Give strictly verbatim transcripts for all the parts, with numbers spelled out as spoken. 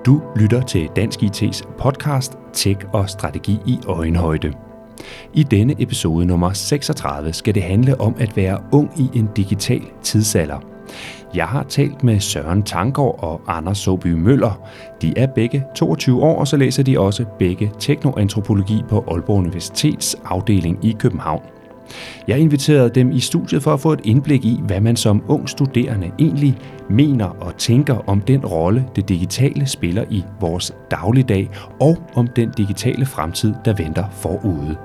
Du lytter til Dansk I T's podcast Tech og Strategi i Øjenhøjde. I denne episode nummer seksogtredive skal det handle om at være ung i en digital tidsalder. Jeg har talt med Søren Tanggaard og Anders Saabye Møller. De er begge toogtyve år, og så læser de også begge teknoantropologi på Aalborg Universitets afdeling i København. Jeg inviterede dem i studiet for at få et indblik i, hvad man som ung studerende egentlig mener og tænker om den rolle, det digitale spiller i vores dagligdag, og om den digitale fremtid, der venter forude.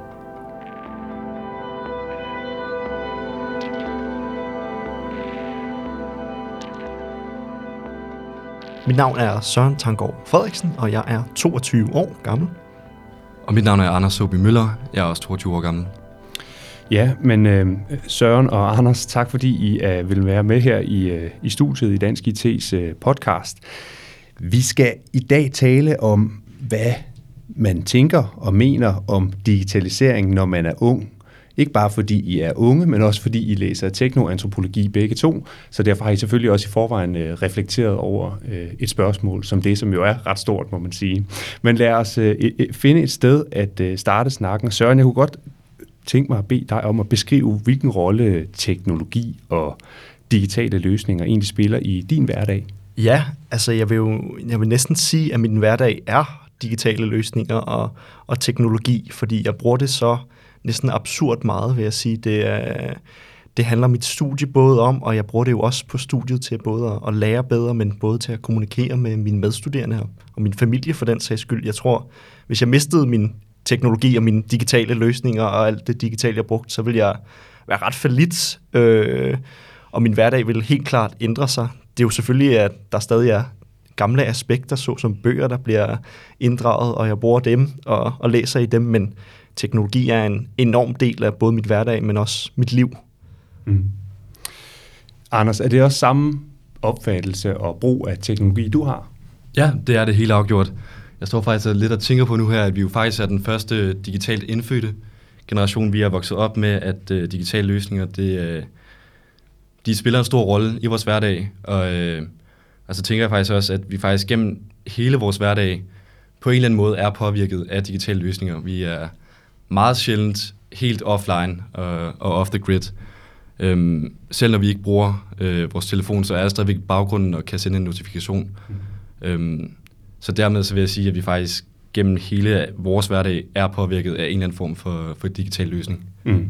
Mit navn er Søren Tanggaard Frederiksen, og jeg er toogtyve år gammel. Og mit navn er Anders Saabye Møller. Jeg er også toogtyve år gammel. Ja, men øh, Søren og Anders, tak fordi I øh, vil være med her i, øh, i studiet i Dansk I T's øh, podcast. Vi skal i dag tale om, hvad man tænker og mener om digitalisering, når man er ung. Ikke bare fordi I er unge, men også fordi I læser teknoantropologi begge to. Så derfor har I selvfølgelig også i forvejen øh, reflekteret over øh, et spørgsmål som det, som jo er ret stort, må man sige. Men lad os øh, finde et sted at øh, starte snakken. Søren, jeg kunne godt tænke mig at bede dig om at beskrive, hvilken rolle teknologi og digitale løsninger egentlig spiller i din hverdag. Ja, altså jeg vil jo jeg vil næsten sige, at min hverdag er digitale løsninger og, og teknologi, fordi jeg bruger det så næsten absurd meget, vil jeg sige. Det, er, det handler mit studie både om, og jeg bruger det jo også på studiet til både at, at lære bedre, men både til at kommunikere med mine medstuderende og min familie for den sags skyld. Jeg tror, hvis jeg mistede min teknologi og mine digitale løsninger og alt det digitale, jeg brugte, så vil jeg være ret fallit, øh, og min hverdag vil helt klart ændre sig. Det er jo selvfølgelig, at der stadig er gamle aspekter, såsom bøger, der bliver inddraget, og jeg bruger dem og, og læser i dem, men teknologi er en enorm del af både mit hverdag, men også mit liv. Mm. Anders, er det også samme opfattelse og brug af teknologi, du har? Ja, det er det helt afgjort. Jeg står faktisk lidt og tænker på nu her, at vi jo faktisk er den første digitalt indfødte generation. Vi er vokset op med, at uh, digitale løsninger, det, uh, de spiller en stor rolle i vores hverdag. Og uh, altså tænker jeg faktisk også, at vi faktisk gennem hele vores hverdag på en eller anden måde er påvirket af digitale løsninger. Vi er meget sjældent helt offline og, og off the grid. Um, selv når vi ikke bruger uh, vores telefon, så er der stadigvæk baggrunden og kan sende en notifikation. Mm. Um, Så dermed så vil jeg sige, at vi faktisk gennem hele vores hverdag er påvirket af en eller anden form for, for digital løsning. Mm.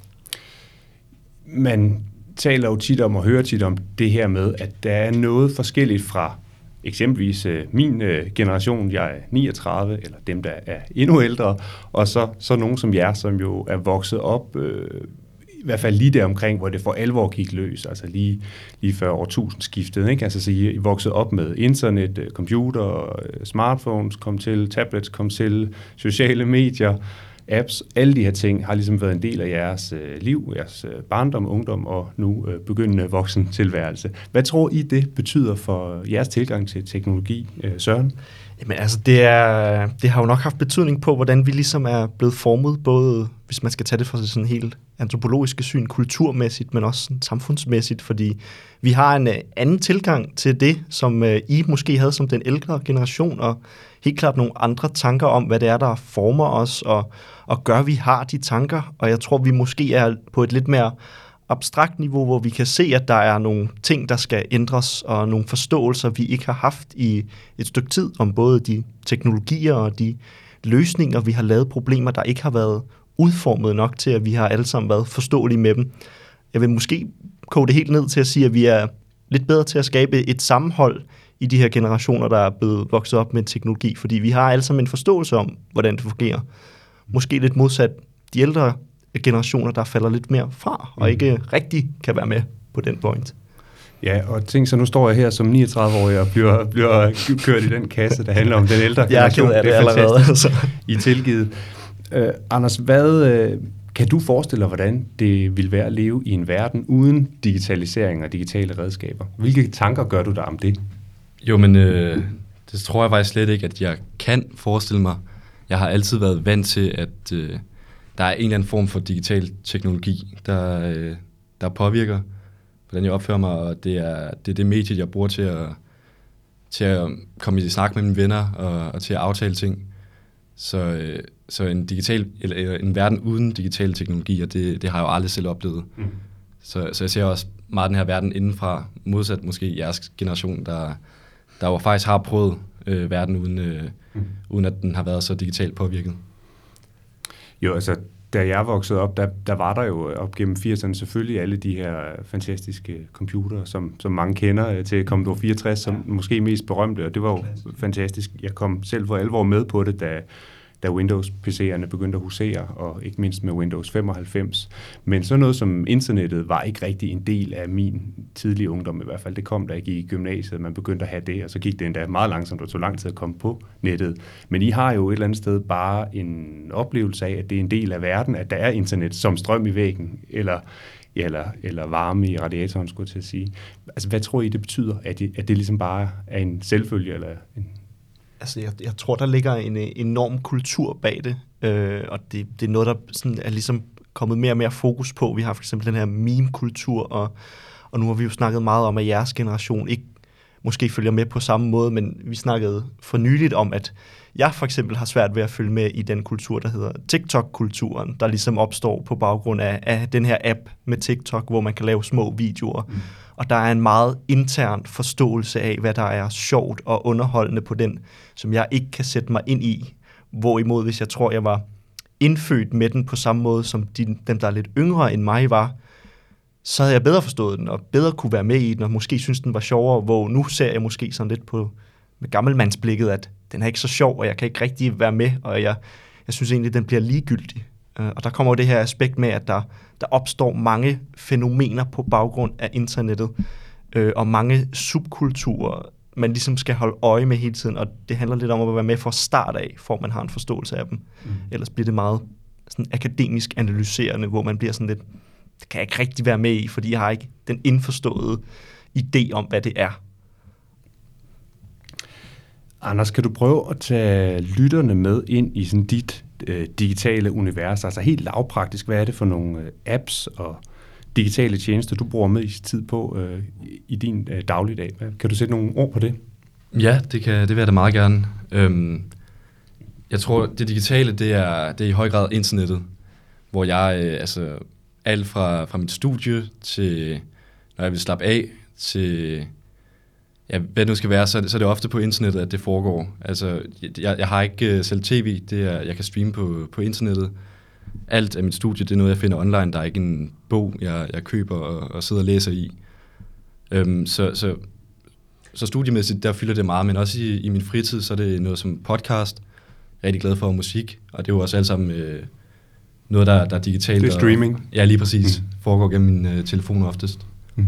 Man taler jo tit om og hører tit om det her med, at der er noget forskelligt fra eksempelvis øh, min øh, generation, jeg er niogtredive, eller dem, der er endnu ældre, og så, så nogen som jer, som jo er vokset op øh, i hvert fald lige der omkring, hvor det for alvor gik løs, altså lige, lige før årtusindskiftet, ikke? Altså så I, I voksede op med internet, computer, smartphones kom til, tablets kom til, sociale medier, apps, alle de her ting har ligesom været en del af jeres øh, liv, jeres øh, barndom, ungdom og nu øh, begyndende voksen tilværelse. Hvad tror I, det betyder for jeres tilgang til teknologi, øh, Søren? Jamen altså, det, er, det har jo nok haft betydning på, hvordan vi ligesom er blevet formet, både hvis man skal tage det fra sådan helt antropologiske syn, kulturmæssigt, men også sådan samfundsmæssigt, fordi vi har en uh, anden tilgang til det, som uh, I måske havde som den ældre generation, og helt klart nogle andre tanker om, hvad det er, der former os, og, og gør, vi har de tanker, og jeg tror, vi måske er på et lidt mere abstrakt niveau, hvor vi kan se, at der er nogle ting, der skal ændres, og nogle forståelser, vi ikke har haft i et stykke tid, om både de teknologier og de løsninger, vi har lavet, problemer, der ikke har været udformet nok til, at vi har alle sammen været forståelige med dem. Jeg vil måske koge det helt ned til at sige, at vi er lidt bedre til at skabe et sammenhold i de her generationer, der er blevet vokset op med teknologi, fordi vi har alle sammen en forståelse om, hvordan det fungerer. Måske lidt modsat de ældre generationer, der falder lidt mere fra, og ikke rigtig kan være med på den point. Ja, og tænk så, nu står jeg her som niogtredive-årig og bliver, bliver kørt i den kasse, der handler om den ældre generation. Jeg er ked af det, det er allerede. Altså. I tilgivet. Uh, Anders, hvad, uh, kan du forestille dig, hvordan det vil være at leve i en verden uden digitalisering og digitale redskaber? Hvilke tanker gør du dig om det? Jo, men øh, det tror jeg faktisk slet ikke, at jeg kan forestille mig. Jeg har altid været vant til, at øh, der er en eller anden form for digital teknologi, der, øh, der påvirker, hvordan jeg opfører mig, og det er det, er det medie, jeg bruger til at, til at komme i snak med mine venner og, og til at aftale ting. Så, øh, så en, digital, eller, eller en verden uden digitale teknologier, det, det har jeg jo aldrig selv oplevet. Mm. Så, så jeg ser også meget den her verden indenfra, modsat måske jeres generation, der, der jo faktisk har prøvet øh, verden, uden, øh, mm. uden at den har været så digitalt påvirket. Jo, altså, da jeg voksede op, der, der var der jo op gennem firserne selvfølgelig alle de her fantastiske computere, som, som mange kender til Commodore fireogtres, som ja. måske mest berømte, og det var jo fantastisk. Jeg kom selv for alvor med på det, da, da Windows-P C'erne begyndte at husere, og ikke mindst med Windows femoghalvfems. Men sådan noget som internettet var ikke rigtig en del af min tidlige ungdom, i hvert fald. Det kom, da jeg gik i gymnasiet, man begyndte at have det, og så gik det endda meget langsomt, og tog lang tid at komme på nettet. Men I har jo et eller andet sted bare en oplevelse af, at det er en del af verden, at der er internet som strøm i væggen, eller, eller, eller varme i radiatoren, skulle jeg til at sige. Altså, hvad tror I, det betyder? At det, at det ligesom bare er en selvfølge, eller en Altså, jeg, jeg tror, der ligger en enorm kultur bag det, øh, og det, det er noget, der sådan er ligesom kommet mere og mere fokus på. Vi har for eksempel den her meme-kultur, og, og nu har vi jo snakket meget om, at jeres generation ikke måske følger med på samme måde, men vi snakkede for nyligt om, at jeg for eksempel har svært ved at følge med i den kultur, der hedder TikTok-kulturen, der ligesom opstår på baggrund af, af den her app med TikTok, hvor man kan lave små videoer. Mm. Og der er en meget intern forståelse af, hvad der er sjovt og underholdende på den, som jeg ikke kan sætte mig ind i. Hvorimod, hvis jeg tror, jeg var indfødt med den på samme måde, som de, dem, der er lidt yngre end mig var, så havde jeg bedre forstået den, og bedre kunne være med i den, og måske synes den var sjovere, hvor nu ser jeg måske sådan lidt på med gammelmandsblikket, at den er ikke så sjov, og jeg kan ikke rigtig være med, og jeg, jeg synes egentlig, den bliver ligegyldig. Og der kommer jo det her aspekt med, at der, der opstår mange fænomener på baggrund af internettet, øh, og mange subkulturer, man ligesom skal holde øje med hele tiden, og det handler lidt om at være med fra start af, for man har en forståelse af dem. Mm. Ellers bliver det meget sådan akademisk analyserende, hvor man bliver sådan lidt, det kan jeg ikke rigtig være med i, fordi jeg har ikke den indforståede idé om, hvad det er. Anders, kan du prøve at tage lytterne med ind i sådan dit øh, digitale univers? Altså helt lavpraktisk, hvad er det for nogle øh, apps og digitale tjenester, du bruger med i tid på øh, i din øh, dagligdag? Kan du sætte nogle ord på det? Ja, det, kan, det vil jeg da meget gerne. Øhm, jeg tror, det digitale, det er, det er i høj grad internettet, hvor jeg, øh, altså alt fra, fra mit studie til, når jeg vil slappe af, til ja, hvad det nu skal være, så er det, så er det ofte på internettet, at det foregår. Altså, jeg, jeg har ikke uh, selv tv, det er, jeg kan streame på, på internettet. Alt af mit studie, det er noget, jeg finder online. Der er ikke en bog, jeg, jeg køber og, og sidder og læser i. Um, så, så, så studiemæssigt, der fylder det meget, men også i, i min fritid, så er det noget som podcast. Jeg er rigtig glad for musik, og det er jo også alt sammen øh, noget, der, der er digitalt. Det er streaming. Og, ja, lige præcis. Mm. Foregår gennem min øh, telefon oftest. Mm.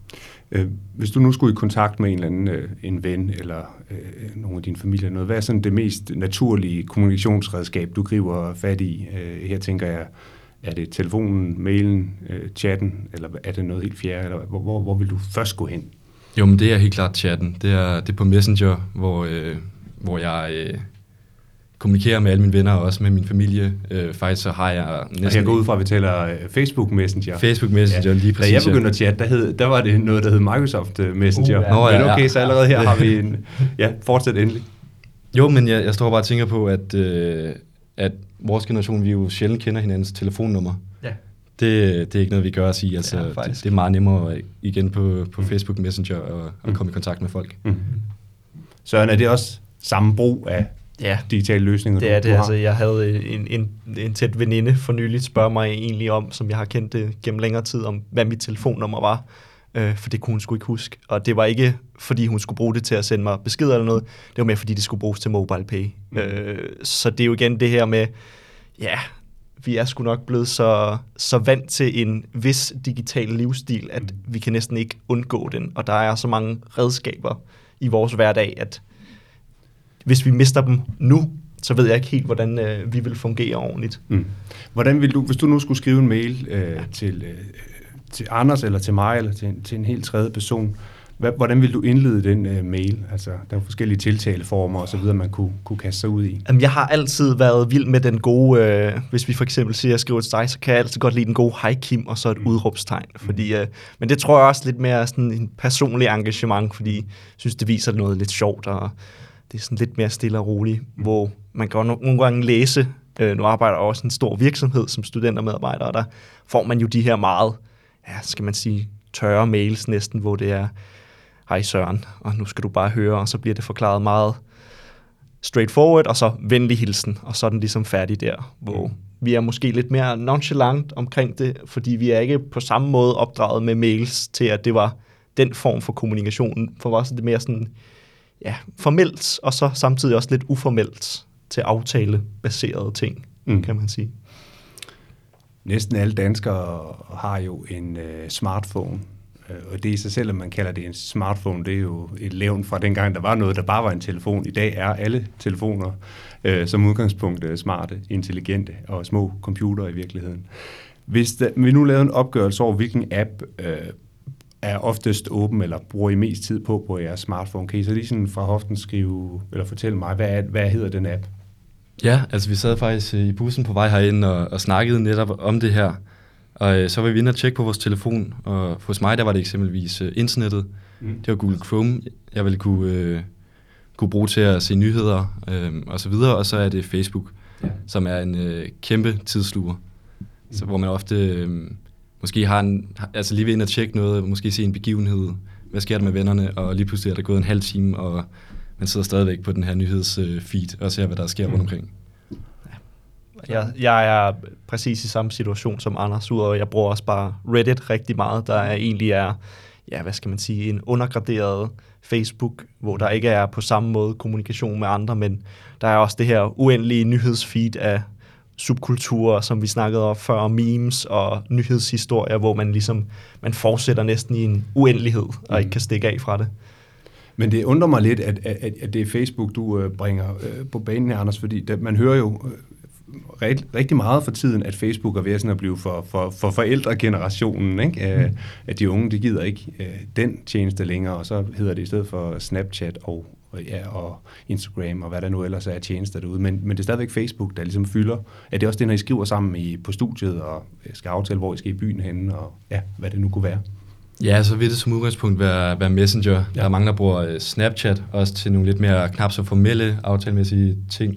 Hvis du nu skulle i kontakt med en eller anden øh, en ven eller øh, nogen af dine familie, noget, hvad er sådan det mest naturlige kommunikationsredskab, du griber fat i? Øh, her tænker jeg, er det telefonen, mailen, øh, chatten, eller er det noget helt fjerde? Eller hvor, hvor, hvor vil du først gå hen? Jo, men det er helt klart chatten. Det er, det er på Messenger, hvor, øh, hvor jeg øh, kommunikerer med alle mine venner og også med min familie. Øh, faktisk så har jeg næsten... Og jeg går ud fra, at vi taler Facebook Messenger. Facebook Messenger, ja. Lige præcis. Da jeg begyndte at chatte, der, hed, der var det noget, der hed Microsoft Messenger. Uh, ja. Nå, ja, men okay, så allerede her har vi en... Ja, fortsæt endelig. Jo, men jeg, jeg står bare og tænker på, at, øh, at vores generation, vi jo sjældent kender hinandens telefonnummer. Ja. Det, det er ikke noget, vi gør at sige. Altså, ja, det, det er meget nemmere igen på, på Facebook Messenger og, og komme i kontakt med folk. Mm. Søren, er det også samme brug af ja, digitale løsninger? Det er det. Altså, jeg havde en, en, en tæt veninde for nyligt spørge mig egentlig om, som jeg har kendt det gennem længere tid, om hvad mit telefonnummer var. Øh, for det kunne hun sgu ikke huske. Og det var ikke, fordi hun skulle bruge det til at sende mig beskeder eller noget. Det var mere, fordi det skulle bruges til MobilePay. Mm. Øh, så det er jo igen det her med, ja, vi er sgu nok blevet så, så vant til en vis digital livsstil, at mm. vi kan næsten ikke undgå den. Og der er så mange redskaber i vores hverdag, at hvis vi mister dem nu, så ved jeg ikke helt, hvordan øh, vi vil fungere ordentligt. Mm. Hvordan vil du, hvis du nu skulle skrive en mail øh, ja. til, øh, til Anders, eller til mig, eller til, til en helt tredje person, Hvordan vil du indlede den uh, mail? Altså, der er forskellige tiltaleformer og så videre, man kunne, kunne kaste sig ud i. Jamen, jeg har altid været vild med den gode, øh, hvis vi for eksempel siger, at jeg skriver til dig, så kan jeg altid godt lide den gode hej Kim, og så et mm. udråbstegn. Fordi, øh, men det tror jeg også lidt mere sådan en personlig engagement, fordi jeg synes, det viser noget lidt sjovt, og det er sådan lidt mere stille og roligt, mm. hvor man kan nogle gange læse, øh, nu arbejder jeg også i en stor virksomhed som studentermedarbejder, og der får man jo de her meget, ja, skal man sige, tørre mails næsten, hvor det er, hej Søren, og nu skal du bare høre, og så bliver det forklaret meget straightforward, og så venlig hilsen, og så er den ligesom færdig der, hvor vi er måske lidt mere nonchalant omkring det, fordi vi er ikke på samme måde opdraget med mails til, at det var den form for kommunikation. For os er det mere sådan, ja, formelt, og så samtidig også lidt uformelt til aftalebaserede ting, mm. kan man sige. Næsten alle danskere har jo en øh, smartphone. Og det i sig selv, at man kalder det en smartphone, det er jo et levn fra dengang, der var noget, der bare var en telefon. I dag er alle telefoner øh, som udgangspunkt øh, smarte, intelligente og små computere i virkeligheden. Hvis der, vi nu lavede en opgørelse over, hvilken app øh, er oftest åben, eller bruger I mest tid på på jeres smartphone, kan I så lige sådan fra hoften skrive, eller fortælle mig, hvad, er, hvad hedder den app? Ja, altså vi sad faktisk i bussen på vej herind og, og snakkede netop om det her. Og øh, så var vi inde og tjekke på vores telefon, og hos mig, der var det eksempelvis øh, internettet. Mm. Det var Google Chrome, jeg ville kunne, øh, kunne bruge til at se nyheder øh, og så videre. Og så er det Facebook, ja. Som er en øh, kæmpe tidssluger. Mm. Så, hvor man ofte øh, måske har en, altså lige ved ind og tjekke noget, måske se en begivenhed, hvad sker der med vennerne, og lige pludselig er der gået en halv time, og man sidder stadigvæk på den her nyhedsfeed og ser, hvad der sker mm. rundt omkring. Jeg, jeg er præcis i samme situation som Anders, og jeg bruger også bare Reddit rigtig meget, der er egentlig er, ja, hvad skal man sige, en undergraderet Facebook, hvor der ikke er på samme måde kommunikation med andre, men der er også det her uendelige nyhedsfeed af subkulturer, som vi snakkede om før, memes og nyhedshistorier, hvor man ligesom, man fortsætter næsten i en uendelighed, og ikke kan stikke af fra det. Men det undrer mig lidt, at, at, at det er Facebook, du øh, bringer øh, på banen her, Anders, fordi det, man hører jo øh, rigt, rigtig meget for tiden, at Facebook er ved sådan at blive for, for, for forældregenerationen, ikke? Mm. At de unge, de gider ikke øh, den tjeneste længere, og så hedder det i stedet for Snapchat og, og, ja, og Instagram, og hvad der nu ellers er tjenester derude. Men, men det er stadigvæk Facebook, der ligesom fylder. Er det også det, når I skriver sammen i, på studiet, og skal aftale, hvor I skal i byen henne, og ja, hvad det nu kunne være? Ja, så vil det som udgangspunkt være, være Messenger. Ja. Der er mange, der bruger Snapchat, også til nogle lidt mere knap så formelle aftalemæssige ting.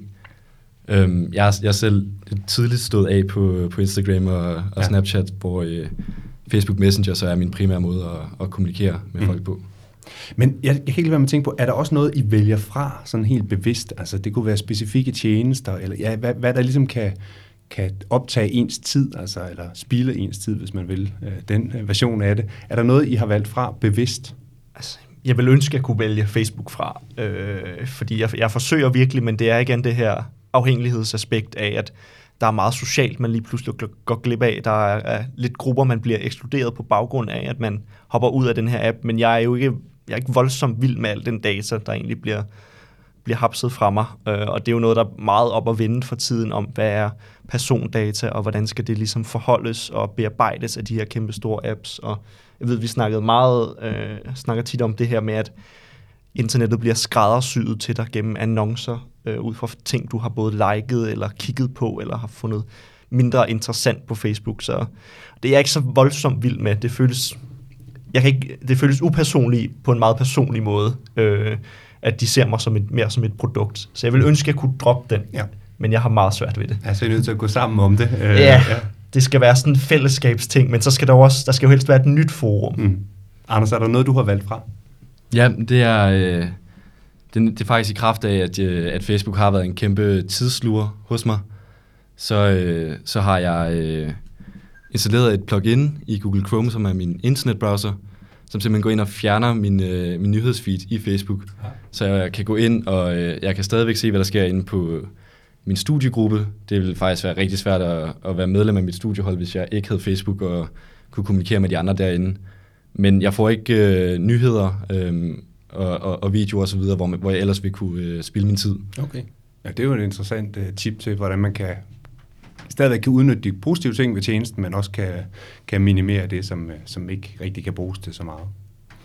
Øhm, jeg, jeg selv tidligt stået af på, på Instagram og, og ja. Snapchat, hvor øh, Facebook Messenger så er min primære måde at, at kommunikere med mm. folk på. Men jeg, jeg kan ikke lade være med at tænke på, er der også noget, I vælger fra sådan helt bevidst? Altså det kunne være specifikke tjenester, eller ja, hvad, hvad der ligesom kan... kan optage ens tid, altså, eller spilde ens tid, hvis man vil, øh, den øh, version af det. Er der noget, I har valgt fra bevidst? Altså, jeg vil ønske, at jeg kunne vælge Facebook fra, øh, fordi jeg, jeg forsøger virkelig, men det er igen det her afhængighedsaspekt af, at der er meget socialt, man lige pludselig går glip af. Der er, er lidt grupper, man bliver ekskluderet på baggrund af, at man hopper ud af den her app, men jeg er jo ikke, jeg er ikke voldsomt vild med al den data, der egentlig bliver bliver hapset fra mig, øh, og det er jo noget, der er meget op at vende for tiden om, hvad er persondata, og hvordan skal det ligesom forholdes og bearbejdes af de her kæmpe store apps, og jeg ved, vi snakkede meget, øh, snakker tit om det her med, at internettet bliver skræddersyet til dig gennem annoncer, øh, ud fra ting, du har både liket eller kigget på, eller har fundet mindre interessant på Facebook, så det er jeg ikke så voldsomt vild med. Det føles, jeg kan ikke, det føles upersonligt på en meget personlig måde, øh, at de ser mig som et, mere som et produkt. Så jeg vil ønske, at jeg kunne droppe den, ja. Men jeg har meget svært ved det. Altså, jeg er nødt til at gå sammen om det. Øh, ja, ja, det skal være sådan en fællesskabsting, men så skal der også, der skal jo helst være et nyt forum. Mm. Anders, er der noget, du har valgt fra? Ja, det er, øh, det, det er faktisk i kraft af, at, øh, at Facebook har været en kæmpe tidssluger hos mig. Så, øh, så har jeg øh, installeret et plugin i Google Chrome, som er min internetbrowser, som simpelthen går ind og fjerner min, øh, min nyhedsfeed i Facebook. Ja. Så jeg kan gå ind, og øh, jeg kan stadigvæk se, hvad der sker inde på min studiegruppe. Det ville faktisk være rigtig svært at, at være medlem af mit studiehold, hvis jeg ikke havde Facebook og kunne kommunikere med de andre derinde. Men jeg får ikke øh, nyheder øh, og, og, og videoer osv., hvor, hvor jeg ellers vil kunne øh, spilde min tid. Okay. Ja, det er jo et interessant uh, tip til, hvordan man kan stadigvæk kan udnytte de positive ting ved tjenesten, men også kan, kan minimere det, som, som ikke rigtig kan bruges til så meget.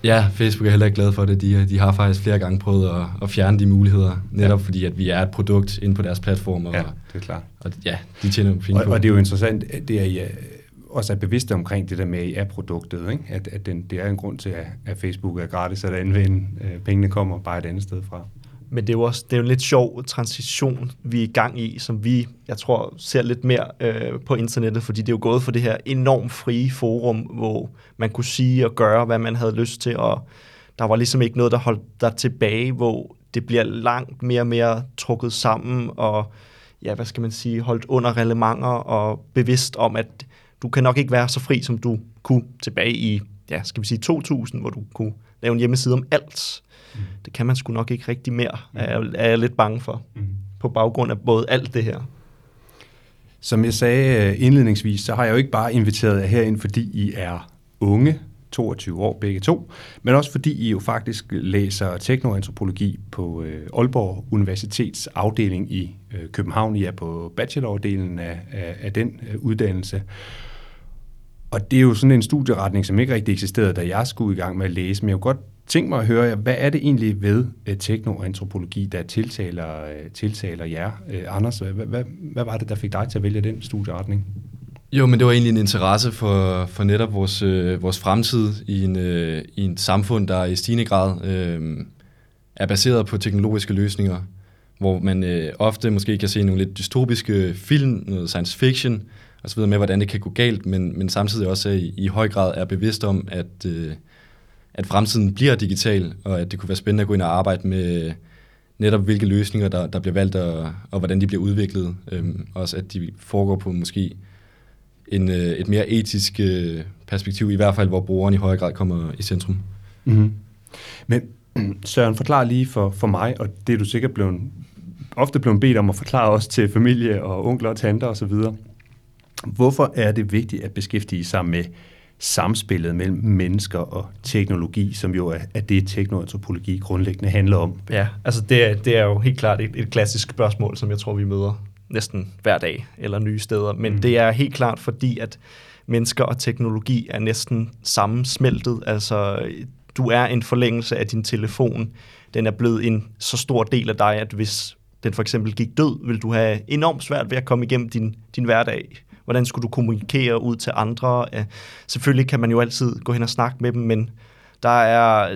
Ja, Facebook er heller ikke glad for det. De, de har faktisk flere gange prøvet at, at fjerne de muligheder, netop ja. fordi at vi er et produkt inde på deres platform. Og, ja, det er klart. Og ja, de tjener penge og, på. Og det er jo interessant, det er I også er bevidste omkring det der med, at I er produktet, ikke? At, at den, det er en grund til, at, at Facebook er gratis at anvende. Pengene kommer bare et andet sted fra. Men det er jo også det er jo en lidt sjov transition, vi er i gang i, som vi, jeg tror, ser lidt mere øh, på internettet, fordi det er jo gået for det her enormt frie forum, hvor man kunne sige og gøre, hvad man havde lyst til, og der var ligesom ikke noget, der holdt der tilbage, hvor det bliver langt mere og mere trukket sammen, og ja, hvad skal man sige, holdt under reglementer, og bevidst om, at du kan nok ikke være så fri, som du kunne tilbage i, ja, skal vi sige to tusind, hvor du kunne lave en hjemmeside om alt. Mm. Det kan man sgu nok ikke rigtig mere, mm. er, jeg, er jeg lidt bange for, mm. på baggrund af både alt det her. Som jeg sagde indledningsvis, så har jeg jo ikke bare inviteret jer herind, fordi I er unge, toogtyve år begge to, men også fordi I jo faktisk læser teknoantropologi på øh, Aalborg Universitets afdeling i øh, København. I er på bachelordelen af, af, af den øh, uddannelse. Og det er jo sådan en studieretning, som ikke rigtig eksisterede, da jeg skulle i gang med at læse, men jeg kunne godt tænke mig at høre jer, hvad er det egentlig ved uh, teknoantropologi, der tiltaler, uh, tiltaler jer? Uh, Anders, hvad, hvad, hvad var det, der fik dig til at vælge den studieretning? Jo, men det var egentlig en interesse for, for netop vores, øh, vores fremtid i en, øh, i en samfund, der i stigende grad øh, er baseret på teknologiske løsninger, hvor man øh, ofte måske kan se nogle lidt dystopiske film, noget science fiction, og så videre med, hvordan det kan gå galt, men, men samtidig også i, i høj grad er bevidst om, at, øh, at fremtiden bliver digital, og at det kunne være spændende at gå ind og arbejde med netop, hvilke løsninger, der, der bliver valgt, og, og hvordan de bliver udviklet. Øhm, også at de foregår på måske en, øh, et mere etisk øh, perspektiv, i hvert fald, hvor brugeren i højere grad kommer i centrum. Mm-hmm. Men Søren, forklar lige for, for mig, og det er du sikkert blevet, ofte blevet bedt om at forklare også til familie og onkler og tanter osv. Hvorfor er det vigtigt at beskæftige sig med samspillet mellem mennesker og teknologi, som jo er, er det, teknoantropologi grundlæggende handler om? Ja, altså det er, det er jo helt klart et, et klassisk spørgsmål, som jeg tror, vi møder næsten hver dag eller nye steder. Men mm. det er helt klart, fordi at mennesker og teknologi er næsten sammensmeltet. Altså, du er en forlængelse af din telefon. Den er blevet en så stor del af dig, at hvis den for eksempel gik død, vil du have enormt svært ved at komme igennem din, din hverdag. Hvordan skulle du kommunikere ud til andre? Selvfølgelig kan man jo altid gå hen og snakke med dem, men der er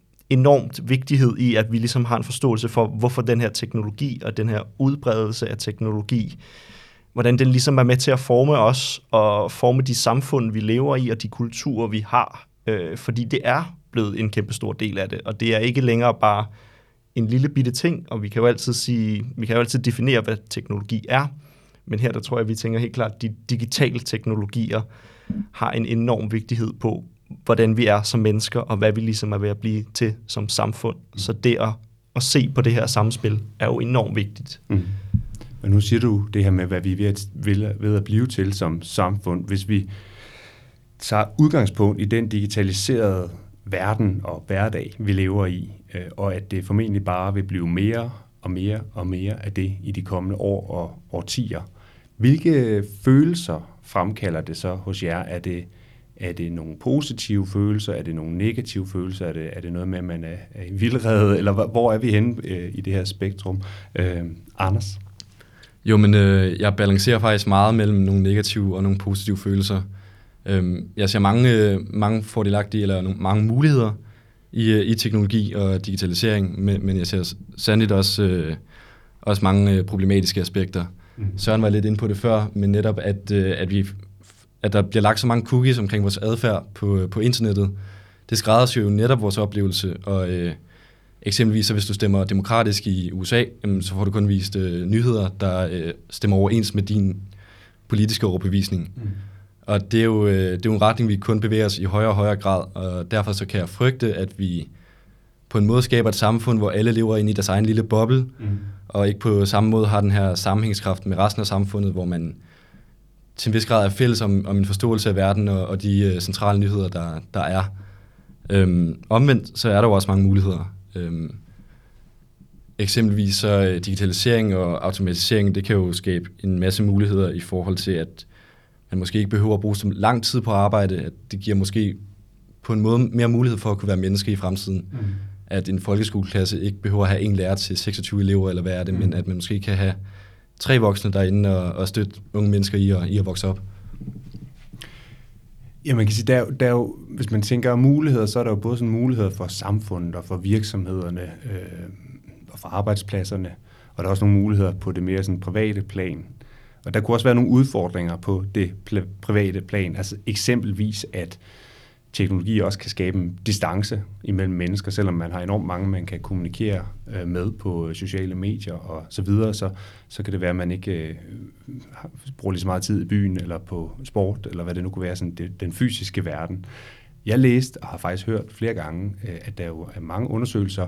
enormt vigtighed i, at vi ligesom har en forståelse for, hvorfor den her teknologi og den her udbredelse af teknologi, hvordan den ligesom er med til at forme os og forme de samfund, vi lever i, og de kulturer, vi har. Øh, fordi det er blevet en kæmpe stor del af det, og det er ikke længere bare en lille bitte ting, og vi kan jo altid sige, vi kan jo altid definere, hvad teknologi er. Men her, der tror jeg, vi tænker helt klart, at de digitale teknologier har en enorm vigtighed på, hvordan vi er som mennesker, og hvad vi ligesom er ved at blive til som samfund. Så det at, at se på det her samspil, er jo enormt vigtigt. Mm. Men nu siger du det her med, hvad vi er ved at, ved at blive til som samfund. Hvis vi tager udgangspunkt i den digitaliserede verden og hverdag, vi lever i, øh, og at det formentlig bare vil blive mere og mere og mere af det i de kommende år og årtier. Hvilke følelser fremkalder det så hos jer? Er det, er det nogle positive følelser? Er det nogle negative følelser? Er det, er det noget med, at man er, er i vildrede? Eller hvor er vi henne øh, i det her spektrum? Øh, Anders? Jo, men øh, jeg balancerer faktisk meget mellem nogle negative og nogle positive følelser. Øh, jeg ser mange, øh, mange fordelagtige eller nogle, mange muligheder i, i teknologi og digitalisering, men, men jeg ser sandelig også, øh, også mange øh, problematiske aspekter. Mm. Søren var lidt inde på det før, men netop at, øh, at, vi, at der bliver lagt så mange cookies omkring vores adfærd på, på internettet, det skræddersyr jo netop vores oplevelse, og øh, eksempelvis så hvis du stemmer demokratisk i U S A, jamen, så får du kun vist øh, nyheder, der øh, stemmer overens med din politiske overbevisning. Mm. Og det er, jo, det er jo en retning, vi kun bevæger os i højere og højere grad, og derfor så kan jeg frygte, at vi på en måde skaber et samfund, hvor alle lever inde i deres egen lille boble, mm. og ikke på samme måde har den her sammenhængskraft med resten af samfundet, hvor man til en vis grad er fælles om, om en forståelse af verden og, og de uh, centrale nyheder, der, der er. Øhm, omvendt så er der jo også mange muligheder. Øhm, eksempelvis så digitalisering og automatisering, det kan jo skabe en masse muligheder i forhold til, at man måske ikke behøver at bruge så lang tid på arbejde, at det giver måske på en måde mere mulighed for at kunne være menneske i fremtiden. Mm. At en folkeskoleklasse ikke behøver at have en lærer til seksogtyve elever, eller hvad er det, mm. men at man måske kan have tre voksne derinde og, og støtte unge mennesker i at, i at vokse op. Ja, man kan sige, der, der er jo, hvis man tænker muligheder, så er der jo både sådan muligheder for samfundet og for virksomhederne øh, og for arbejdspladserne, og der er også nogle muligheder på det mere sådan private plan. Og der kunne også være nogle udfordringer på det pl- private plan, altså eksempelvis at teknologi også kan skabe en distance imellem mennesker, selvom man har enormt mange, man kan kommunikere øh, med på sociale medier og så videre, så, så kan det være, at man ikke øh, bruger lige så meget tid i byen eller på sport, eller hvad det nu kunne være, sådan det, den fysiske verden. Jeg læste og har faktisk hørt flere gange, øh, at der jo er mange undersøgelser,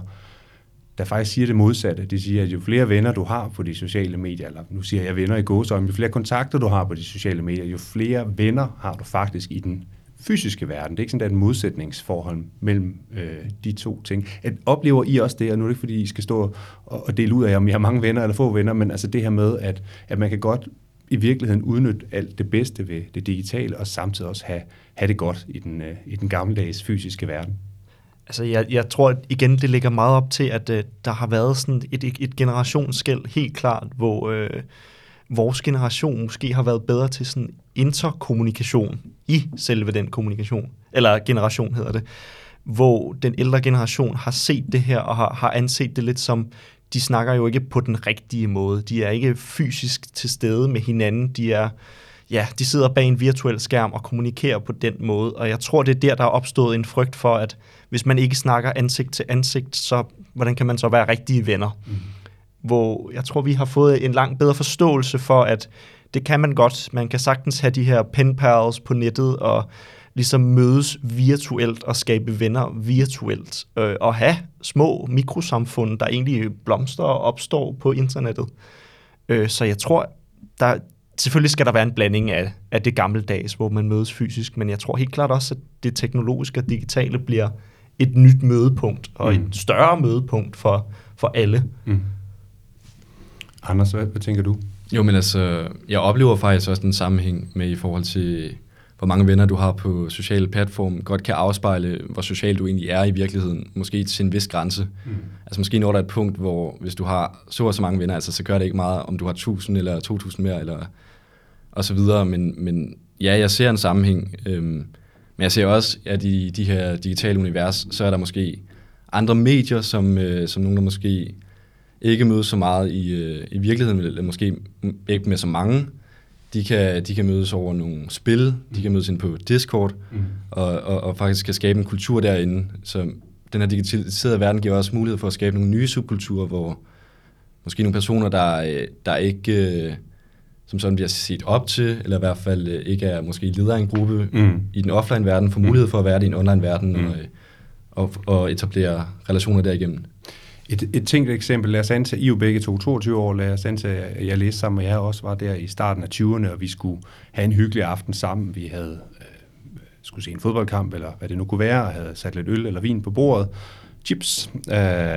der faktisk siger det modsatte. De siger, at jo flere venner du har på de sociale medier, eller nu siger jeg venner i gåseøjne, jo flere kontakter du har på de sociale medier, jo flere venner har du faktisk i den fysiske verden. Det er ikke sådan, at der er et modsætningsforhold mellem øh, de to ting. At oplever I også det, og nu er det ikke, fordi I skal stå og, og dele ud af, om I har mange venner eller få venner, men altså det her med, at, at man kan godt i virkeligheden udnytte alt det bedste ved det digitale, og samtidig også have, have det godt i den, øh, i den gammeldags fysiske verden. Altså, jeg, jeg tror at igen, det ligger meget op til, at øh, der har været sådan et, et, et generationsskel, helt klart, hvor øh, vores generation måske har været bedre til sådan interkommunikation i selve den kommunikation, eller generation hedder det, hvor den ældre generation har set det her, og har, har anset det lidt som, de snakker jo ikke på den rigtige måde. De er ikke fysisk til stede med hinanden. De er, ja, de sidder bag en virtuel skærm og kommunikerer på den måde, og jeg tror, det er der, der er opstået en frygt for, at hvis man ikke snakker ansigt til ansigt, så hvordan kan man så være rigtige venner? Mm. Hvor jeg tror, vi har fået en langt bedre forståelse for, at det kan man godt. Man kan sagtens have de her pen pals på nettet og ligesom mødes virtuelt og skabe venner virtuelt. Øh, og have små mikrosamfund, der egentlig blomstrer og opstår på internettet. Øh, så jeg tror, der selvfølgelig skal der være en blanding af, af det gammeldags, hvor man mødes fysisk, men jeg tror helt klart også, at det teknologiske og digitale bliver et nyt mødepunkt og mm. et større mødepunkt for, for alle. Mm. Anders, hvad, hvad tænker du? Jo, men altså, jeg oplever faktisk også den sammenhæng med i forhold til, hvor mange venner du har på sociale platforme, godt kan afspejle, hvor social du egentlig er i virkeligheden, måske til en vis grænse. Mm. Altså måske når der er et punkt, hvor hvis du har så og så mange venner, altså, så gør det ikke meget, om du har tusind eller to tusind mere, eller og så videre, men, men ja, jeg ser en sammenhæng, øhm, men jeg ser også, at i de her digitale univers, så er der måske andre medier, som, øh, som nogen, der måske ikke mødes så meget i, øh, i virkeligheden, eller måske ikke med så mange. De kan, de kan mødes over nogle spil, mm. de kan mødes ind på Discord, mm. og, og, og faktisk kan skabe en kultur derinde. Så den her digitaliserede verden giver også mulighed for at skabe nogle nye subkulturer, hvor måske nogle personer, der, der ikke øh, som sådan bliver set op til, eller i hvert fald øh, ikke er måske leder af en gruppe mm. i den offline-verden, får mulighed for at være det i en online-verden, mm. og, og, og etablere relationer derigennem. Et, et tænkt eksempel, lad os antage, I jo begge to, toogtyve år, lad os antage, at jeg læste sammen med jer også, var der i starten af tyverne, og vi skulle have en hyggelig aften sammen. Vi havde øh, skulle se en fodboldkamp, eller hvad det nu kunne være, og havde sat lidt øl eller vin på bordet, chips. Øh,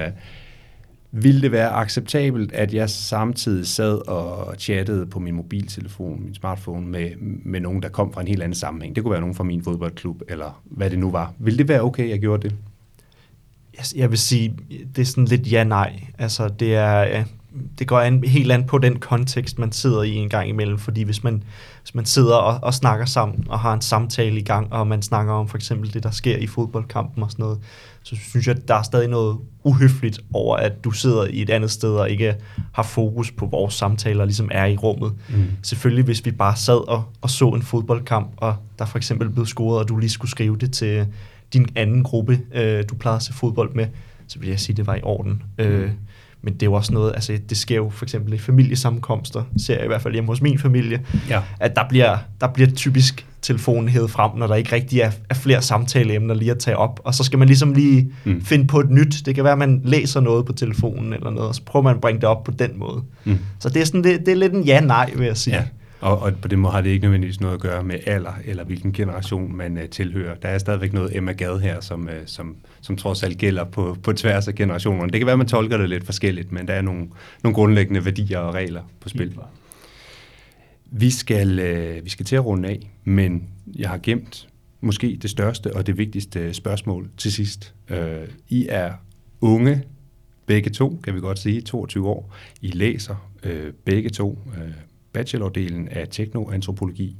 ville det være acceptabelt, at jeg samtidig sad og chattede på min mobiltelefon, min smartphone, med, med nogen, der kom fra en helt anden sammenhæng? Det kunne være nogen fra min fodboldklub, eller hvad det nu var. Ville det være okay, at jeg gjorde det? Jeg vil sige, det er sådan lidt ja-nej. Altså, det er, det går an, helt an på den kontekst, man sidder i en gang imellem, fordi hvis man, hvis man sidder og, og snakker sammen, og har en samtale i gang, og man snakker om for eksempel det, der sker i fodboldkampen og sådan noget, så synes jeg, at der er stadig noget uhøfligt over, at du sidder i et andet sted, og ikke har fokus på vores samtaler, ligesom er i rummet. Mm. Selvfølgelig, hvis vi bare sad og, og så en fodboldkamp, og der for eksempel blev scoret, og du lige skulle skrive det til din anden gruppe, øh, du plejede at se fodbold med, så vil jeg sige, at det var i orden. Mm. Øh, men det er jo også noget, altså det sker jo for eksempel i familiesammenkomster, ser jeg i hvert fald hjemme hos min familie, ja. At der bliver, der bliver typisk telefonen hævet frem, når der ikke rigtig er, er flere samtaleemner lige at tage op, og så skal man ligesom lige mm. finde på et nyt. Det kan være, at man læser noget på telefonen eller noget, og så prøver man at bringe det op på den måde. Mm. Så det er, sådan, det, det er lidt en ja-nej, vil jeg sige. Ja. Og, og på den måde har det ikke nødvendigvis noget at gøre med alder, eller hvilken generation man uh, tilhører. Der er stadigvæk noget Emma Gad her, som, uh, som, som trods alt gælder på, på tværs af generationerne. Det kan være, at man tolker det lidt forskelligt, men der er nogle, nogle grundlæggende værdier og regler på spil. Vi skal, uh, vi skal til at runde af, men jeg har gemt måske det største og det vigtigste spørgsmål til sidst. Øh, I er unge, begge to, kan vi godt sige, toogtyve år. I læser øh, begge to øh, bachelordelen af teknoantropologi.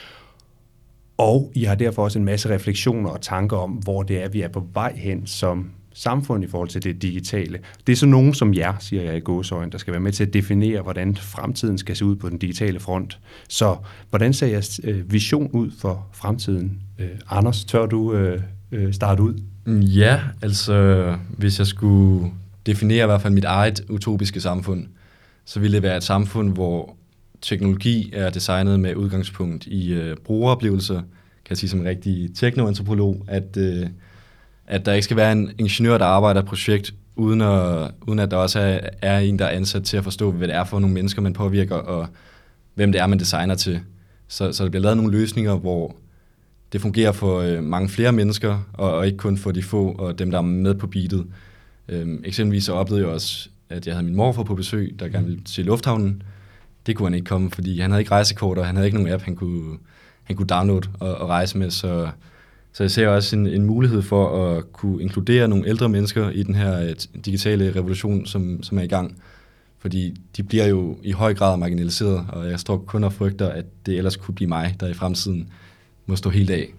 Og I har derfor også en masse refleksioner og tanker om, hvor det er, vi er på vej hen som samfund i forhold til det digitale. Det er så nogen som jer, siger jeg i gåseøjne, der skal være med til at definere, hvordan fremtiden skal se ud på den digitale front. Så hvordan ser jeres vision ud for fremtiden? Øh, Anders, tør du øh, starte ud? Ja, altså hvis jeg skulle definere i hvert fald mit eget utopiske samfund, så ville det være et samfund, hvor teknologi er designet med udgangspunkt i øh, brugeroplevelser, kan jeg sige som en rigtig teknoantropolog, at, øh, at der ikke skal være en ingeniør, der arbejder et projekt, uden at, uden at der også er, er en, der er ansat til at forstå, hvad det er for nogle mennesker, man påvirker, og hvem det er, man designer til. Så, så der bliver lavet nogle løsninger, hvor det fungerer for øh, mange flere mennesker, og, og ikke kun for de få, og dem, der er med på beatet. Øhm, eksempelvis så oplevede jeg også, at jeg havde min morfar på besøg, der gerne ville til lufthavnen. Det kunne han ikke komme, fordi han havde ikke rejsekort, og han havde ikke nogen app, han kunne, han kunne downloade og, og rejse med. Så, så jeg ser også en, en mulighed for at kunne inkludere nogle ældre mennesker i den her digitale revolution, som, som er i gang. Fordi de bliver jo i høj grad marginaliseret, og jeg står kun og frygter, at det ellers kunne blive mig, der i fremtiden må stå helt af.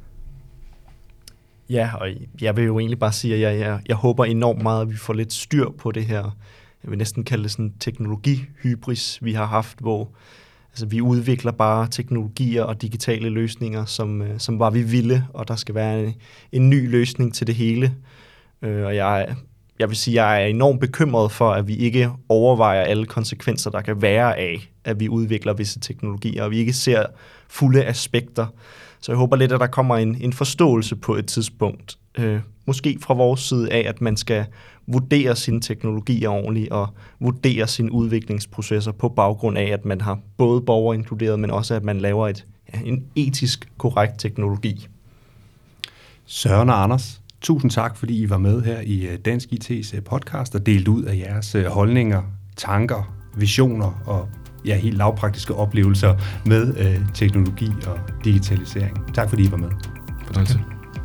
Ja, og jeg vil jo egentlig bare sige, at jeg, jeg, jeg håber enormt meget, at vi får lidt styr på det her. Jeg vil næsten kalde det sådan teknologihybris, vi har haft, hvor altså, vi udvikler bare teknologier og digitale løsninger, som, som var vi ville, og der skal være en, en ny løsning til det hele. Og jeg, jeg vil sige, at jeg er enormt bekymret for, at vi ikke overvejer alle konsekvenser, der kan være af, at vi udvikler visse teknologier, og vi ikke ser fulde aspekter. Så jeg håber lidt, at der kommer en, en forståelse på et tidspunkt. Øh, måske fra vores side af, at man skal vurdere sine teknologier ordentligt og vurdere sine udviklingsprocesser på baggrund af, at man har både borgere inkluderet, men også at man laver et, ja, en etisk korrekt teknologi. Søren og Anders, tusind tak, fordi I var med her i Dansk I T's podcast og delte ud af jeres holdninger, tanker, visioner og ja, helt lavpraktiske oplevelser med øh, teknologi og digitalisering. Tak fordi I var med. Fornøjelse.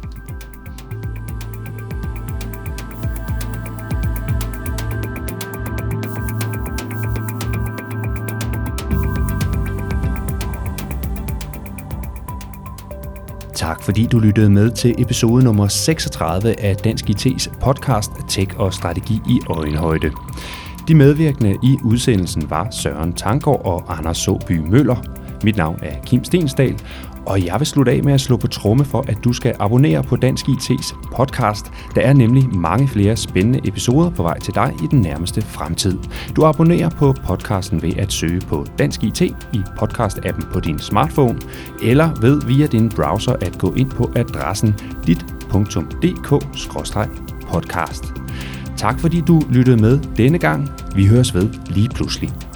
Tak fordi du lyttede med til episode nummer seksogtredive af Dansk I T's podcast Tech og Strategi i øjenhøjde. De medvirkende i udsendelsen var Søren Tanggaard og Anders Såby Møller. Mit navn er Kim Stensdal, og jeg vil slutte af med at slå på tromme for, at du skal abonnere på Dansk I T's podcast. Der er nemlig mange flere spændende episoder på vej til dig i den nærmeste fremtid. Du abonnerer på podcasten ved at søge på Dansk I T i podcast-appen på din smartphone, eller ved via din browser at gå ind på adressen dit punktum d k skråstreg podcast. Tak fordi du lyttede med denne gang. Vi høres ved lige pludselig.